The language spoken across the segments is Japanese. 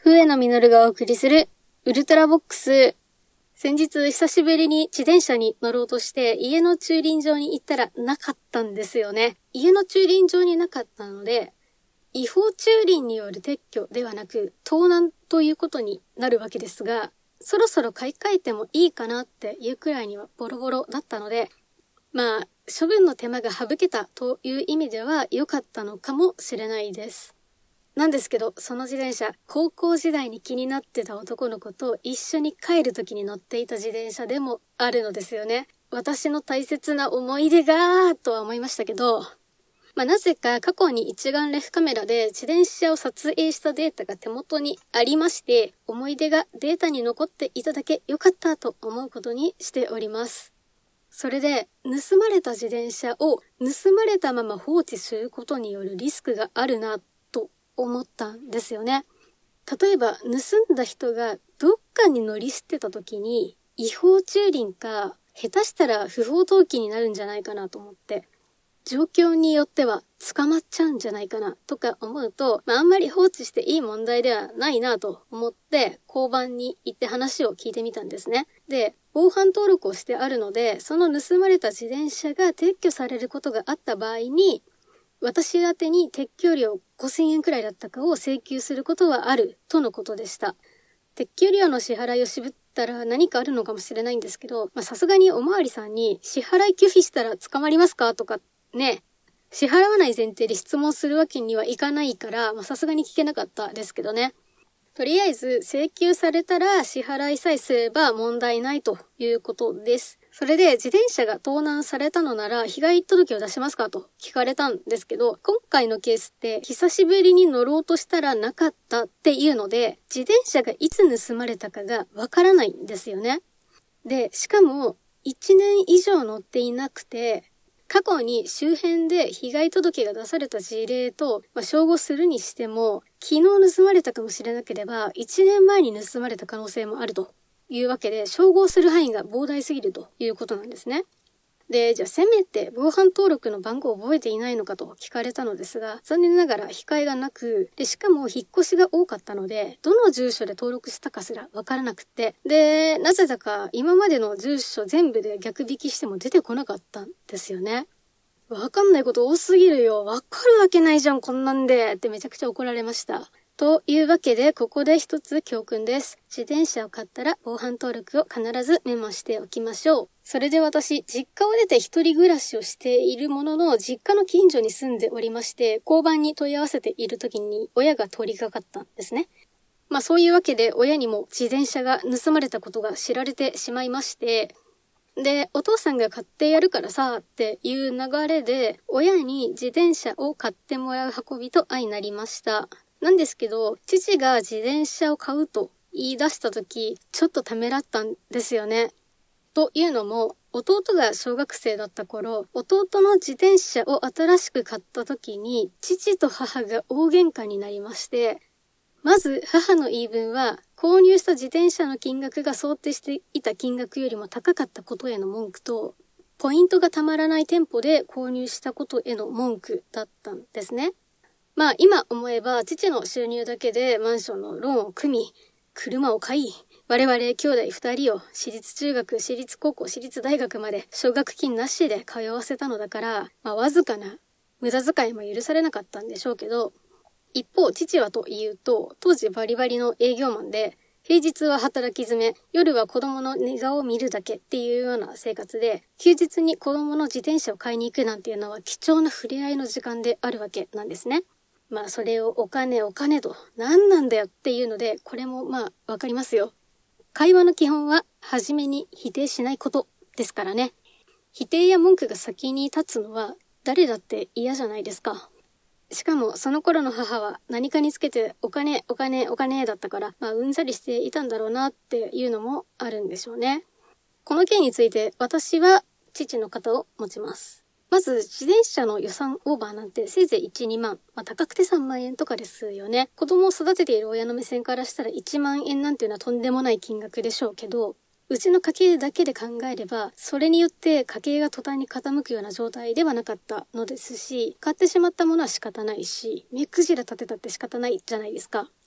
上野実がお送りするウルトラボックス。先日久しぶりに自転車に乗ろうとして家の駐輪場に行ったらなかったんですよね。家の駐輪場になかったので、違法駐輪による撤去ではなく盗難ということになるわけですが、そろそろ買い替えてもいいかなっていうくらいにはボロボロだったので、処分の手間が省けたという意味では良かったのかもしれないです。なんですけど、その自転車、高校時代に気になってた男の子と一緒に帰る時に乗っていた自転車でもあるのですよね。私の大切な思い出がとは思いましたけど、なぜか過去に一眼レフカメラで自転車を撮影したデータが手元にありまして、思い出がデータに残っていただけ良かったと思うことにしております。それで、盗まれた自転車を盗まれたまま放置することによるリスクがあるなと思ったんですよね。例えば、盗んだ人がどっかに乗り捨てた時に違法駐輪か、下手したら不法投棄になるんじゃないかなと思って、状況によっては捕まっちゃうんじゃないかなとか思うと、あんまり放置していい問題ではないなと思って交番に行って話を聞いてみたんですね。で、防犯登録をしてあるので、その盗まれた自転車が撤去されることがあった場合に、私宛てに撤去料5000円くらいだったかを請求することはあるとのことでした。撤去料の支払いを渋ったら何かあるのかもしれないんですけど、さすがにおまわりさんに支払い拒否したら捕まりますかとかね、支払わない前提で質問するわけにはいかないから、さすがに聞けなかったですけどね。とりあえず請求されたら支払いさえすれば問題ないということです。それで自転車が盗難されたのなら被害届を出しますかと聞かれたんですけど、今回のケースって久しぶりに乗ろうとしたらなかったっていうので、自転車がいつ盗まれたかがわからないんですよね。で、しかも1年以上乗っていなくて、過去に周辺で被害届が出された事例と、照合するにしても、昨日盗まれたかもしれなければ、1年前に盗まれた可能性もあるというわけで、照合する範囲が膨大すぎるということなんですね。で、じゃあせめて防犯登録の番号を覚えていないのかと聞かれたのですが、残念ながら控えがなく、で、しかも引っ越しが多かったので、どの住所で登録したかすらわからなくて、で、なぜだか今までの住所全部で逆引きしても出てこなかったんですよね。わかんないこと多すぎるよ。わかるわけないじゃん、こんなんで。ってめちゃくちゃ怒られました。というわけで、ここで一つ教訓です。自転車を買ったら防犯登録を必ずメモしておきましょう。それで私、実家を出て一人暮らしをしているものの、実家の近所に住んでおりまして、交番に問い合わせている時に親が通りかかったんですね。そういうわけで、親にも自転車が盗まれたことが知られてしまいまして、で、お父さんが買ってやるからさ、っていう流れで、親に自転車を買ってもらう運びと相なりました。なんですけど、父が自転車を買うと言い出したとき、ちょっとためらったんですよね。というのも、弟が小学生だった頃、弟の自転車を新しく買ったときに、父と母が大喧嘩になりまして、まず母の言い分は、購入した自転車の金額が想定していた金額よりも高かったことへの文句と、ポイントがたまらない店舗で購入したことへの文句だったんですね。今思えば父の収入だけでマンションのローンを組み、車を買い、我々兄弟二人を私立中学、私立高校、私立大学まで奨学金なしで通わせたのだから、わずかな無駄遣いも許されなかったんでしょうけど、一方父はというと、当時バリバリの営業マンで、平日は働き詰め、夜は子供の寝顔を見るだけっていうような生活で、休日に子供の自転車を買いに行くなんていうのは貴重な触れ合いの時間であるわけなんですね。それをお金と、何なんだよっていうので、これもわかりますよ。会話の基本は、初めに否定しないことですからね。否定や文句が先に立つのは、誰だって嫌じゃないですか。しかも、その頃の母は何かにつけてお金だったから、うんざりしていたんだろうなっていうのもあるんでしょうね。この件について、私は父の肩を持ちます。まず、自転車の予算オーバーなんてせいぜい1、2万。高くて3万円とかですよね。子供を育てている親の目線からしたら1万円なんていうのはとんでもない金額でしょうけど、うちの家計だけで考えれば、それによって家計が途端に傾くような状態ではなかったのですし、買ってしまったものは仕方ないし、目くじら立てたって仕方ないじゃないですか。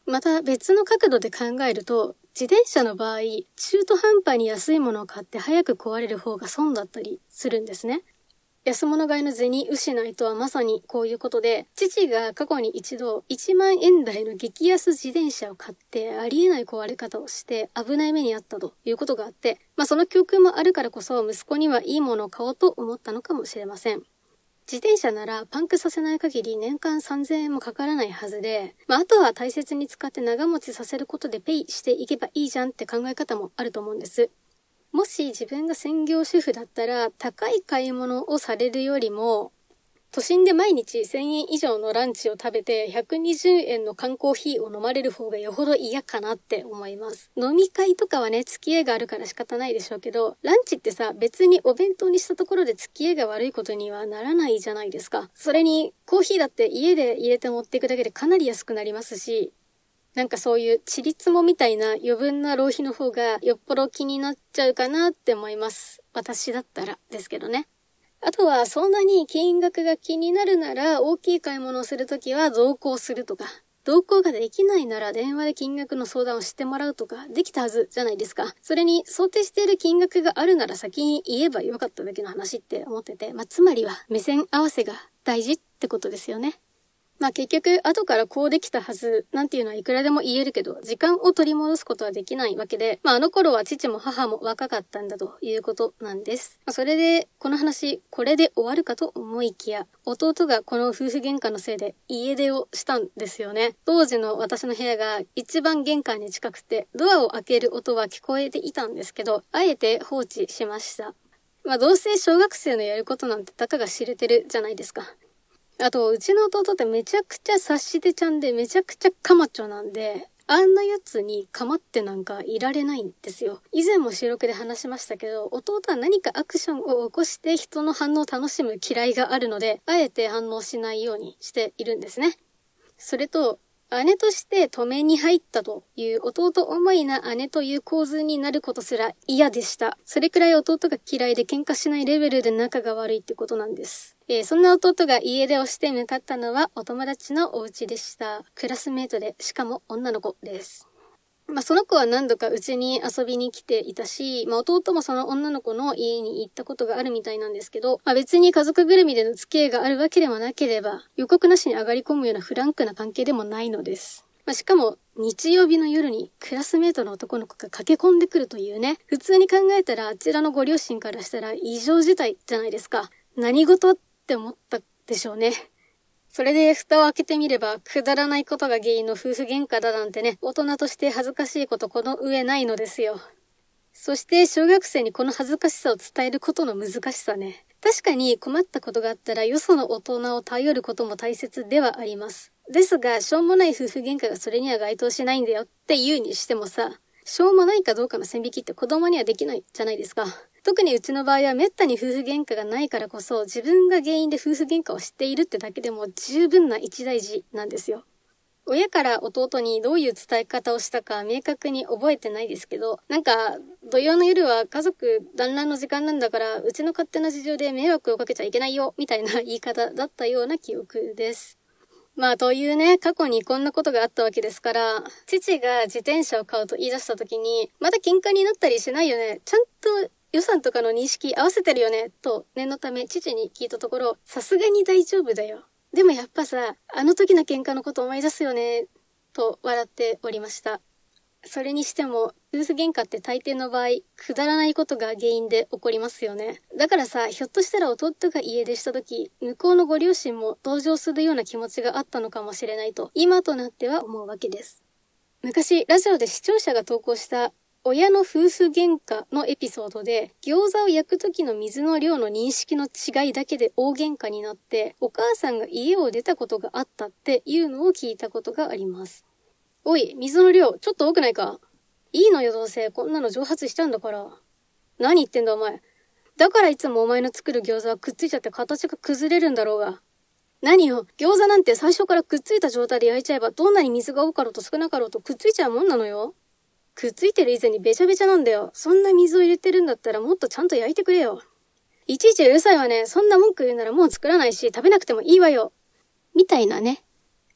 また別の角度で考えると、自転車の場合、中途半端に安いものを買って早く壊れる方が損だったりするんですね。安物買いの銭失いとはまさにこういうことで、父が過去に一度1万円台の激安自転車を買ってありえない壊れ方をして危ない目にあったということがあって、その教訓もあるからこそ息子にはいいものを買おうと思ったのかもしれません。自転車ならパンクさせない限り年間3000円もかからないはずで、あとは大切に使って長持ちさせることでペイしていけばいいじゃんって考え方もあると思うんです。もし自分が専業主婦だったら高い買い物をされるよりも、都心で毎日1000円以上のランチを食べて120円の缶コーヒーを飲まれる方がよほど嫌かなって思います。飲み会とかはね、付き合いがあるから仕方ないでしょうけど、ランチってさ、別にお弁当にしたところで付き合いが悪いことにはならないじゃないですか。それに、コーヒーだって家で入れて持っていくだけでかなり安くなりますし、なんかそういうちりつもみたいな余分な浪費の方がよっぽど気になっちゃうかなって思います。私だったらですけどね。あとはそんなに金額が気になるなら大きい買い物をするときは同行するとか、同行ができないなら電話で金額の相談をしてもらうとかできたはずじゃないですか。それに想定している金額があるなら先に言えばよかっただけの話って思ってて、つまりは目線合わせが大事ってことですよね。結局後からこうできたはずなんていうのはいくらでも言えるけど、時間を取り戻すことはできないわけで、あの頃は父も母も若かったんだということなんです。それでこの話これで終わるかと思いきや、弟がこの夫婦喧嘩のせいで家出をしたんですよね。当時の私の部屋が一番玄関に近くて、ドアを開ける音は聞こえていたんですけど、あえて放置しました。どうせ小学生のやることなんてたかが知れてるじゃないですか。あと、うちの弟ってめちゃくちゃ察してちゃんでめちゃくちゃカマチョなんで、あんなやつに構ってなんかいられないんですよ。以前も収録で話しましたけど、弟は何かアクションを起こして人の反応を楽しむ嫌いがあるので、あえて反応しないようにしているんですね。それと、姉として止めに入ったという弟思いな姉という構図になることすら嫌でした。それくらい弟が嫌いで喧嘩しないレベルで仲が悪いってことなんです。そんな弟が家出をして向かったのはお友達のお家でした。クラスメートで、しかも女の子です。その子は何度かうちに遊びに来ていたし、弟もその女の子の家に行ったことがあるみたいなんですけど、別に家族ぐるみでの付き合いがあるわけでもなければ、予告なしに上がり込むようなフランクな関係でもないのです。しかも、日曜日の夜にクラスメートの男の子が駆け込んでくるというね、普通に考えたらあちらのご両親からしたら異常事態じゃないですか。何事って思ったでしょうね。それで蓋を開けてみれば、くだらないことが原因の夫婦喧嘩だなんてね、大人として恥ずかしいことこの上ないのですよ。そして小学生にこの恥ずかしさを伝えることの難しさね。確かに困ったことがあったらよその大人を頼ることも大切ではあります。ですが、しょうもない夫婦喧嘩がそれには該当しないんだよって言うにしてもさ、しょうもないかどうかの線引きって子供にはできないじゃないですか。特にうちの場合は滅多に夫婦喧嘩がないからこそ、自分が原因で夫婦喧嘩をしているってだけでも十分な一大事なんですよ。親から弟にどういう伝え方をしたか明確に覚えてないですけど、土曜の夜は家族団らんの時間なんだから、うちの勝手な事情で迷惑をかけちゃいけないよ、みたいな言い方だったような記憶です。というね、過去にこんなことがあったわけですから、父が自転車を買うと言い出した時に、まだ喧嘩になったりしないよね。ちゃんと予算とかの認識合わせてるよねと念のため父に聞いたところ、さすがに大丈夫だよ。でもやっぱさ、あの時の喧嘩のこと思い出すよねと笑っておりました。それにしても夫婦喧嘩って大抵の場合くだらないことが原因で起こりますよね。だからさ、ひょっとしたら弟が家出した時、向こうのご両親も同情するような気持ちがあったのかもしれないと今となっては思うわけです。昔ラジオで視聴者が投稿した親の夫婦喧嘩のエピソードで、餃子を焼く時の水の量の認識の違いだけで大喧嘩になって、お母さんが家を出たことがあったっていうのを聞いたことがあります。おい、水の量ちょっと多くないか？いいのよ、どうせこんなの蒸発しちゃうんだから。何言ってんだお前。だからいつもお前の作る餃子はくっついちゃって形が崩れるんだろうが。何よ、餃子なんて最初からくっついた状態で焼いちゃえば、どんなに水が多かろうと少なかろうとくっついちゃうもんなのよ。くっついてる以前にべちゃべちゃなんだよ。そんな水を入れてるんだったらもっとちゃんと焼いてくれよ。いちいちうるさいわね。そんな文句言うならもう作らないし食べなくてもいいわよ。みたいなね。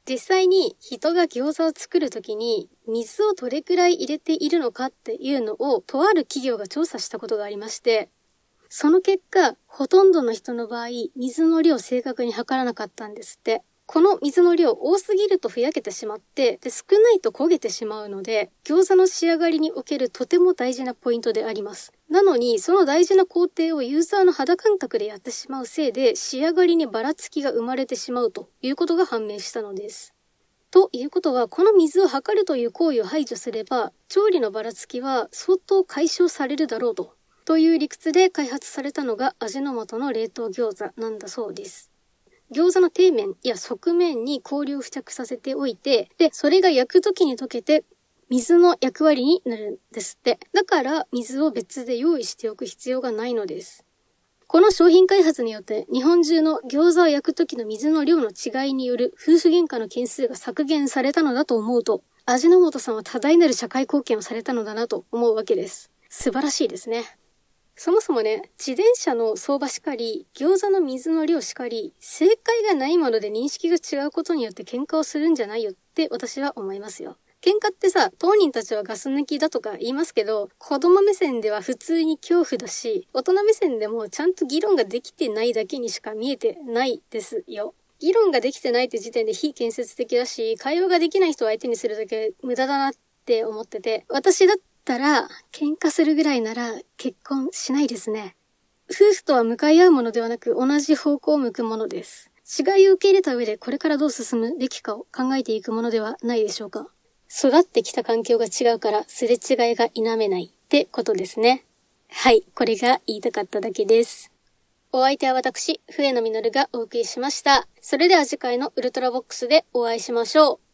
実際に人が餃子を作るときに水をどれくらい入れているのかっていうのをとある企業が調査したことがありまして、その結果、ほとんどの人の場合、水の量を正確に測らなかったんですって。この水の量多すぎるとふやけてしまって、で少ないと焦げてしまうので、餃子の仕上がりにおけるとても大事なポイントであります。なのに、その大事な工程をユーザーの肌感覚でやってしまうせいで、仕上がりにばらつきが生まれてしまうということが判明したのです。ということは、この水を測るという行為を排除すれば、調理のばらつきは相当解消されるだろうという理屈で開発されたのが味の素の冷凍餃子なんだそうです。餃子の底面や側面に氷を付着させておいて、で、それが焼く時に溶けて、水の役割になるんですって。だから、水を別で用意しておく必要がないのです。この商品開発によって、日本中の餃子を焼く時の水の量の違いによる夫婦喧嘩の件数が削減されたのだと思うと、味の素さんは多大なる社会貢献をされたのだなと思うわけです。素晴らしいですね。そもそもね、自転車の相場しかり、餃子の水の量しかり、正解がないもので認識が違うことによって喧嘩をするんじゃないよって私は思いますよ。喧嘩ってさ、当人たちはガス抜きだとか言いますけど、子供目線では普通に恐怖だし、大人目線でもちゃんと議論ができてないだけにしか見えてないですよ。議論ができてないって時点で非建設的だし、会話ができない人を相手にするだけ無駄だなって思ってて、私だったら喧嘩するぐらいなら結婚しないですね。夫婦とは向かい合うものではなく同じ方向を向くものです。違いを受け入れた上でこれからどう進むべきかを考えていくものではないでしょうか。育ってきた環境が違うからすれ違いが否めないってことですね。はい、これが言いたかっただけです。お相手は私、笛野実がお送りしました。それでは次回のウルトラボックスでお会いしましょう。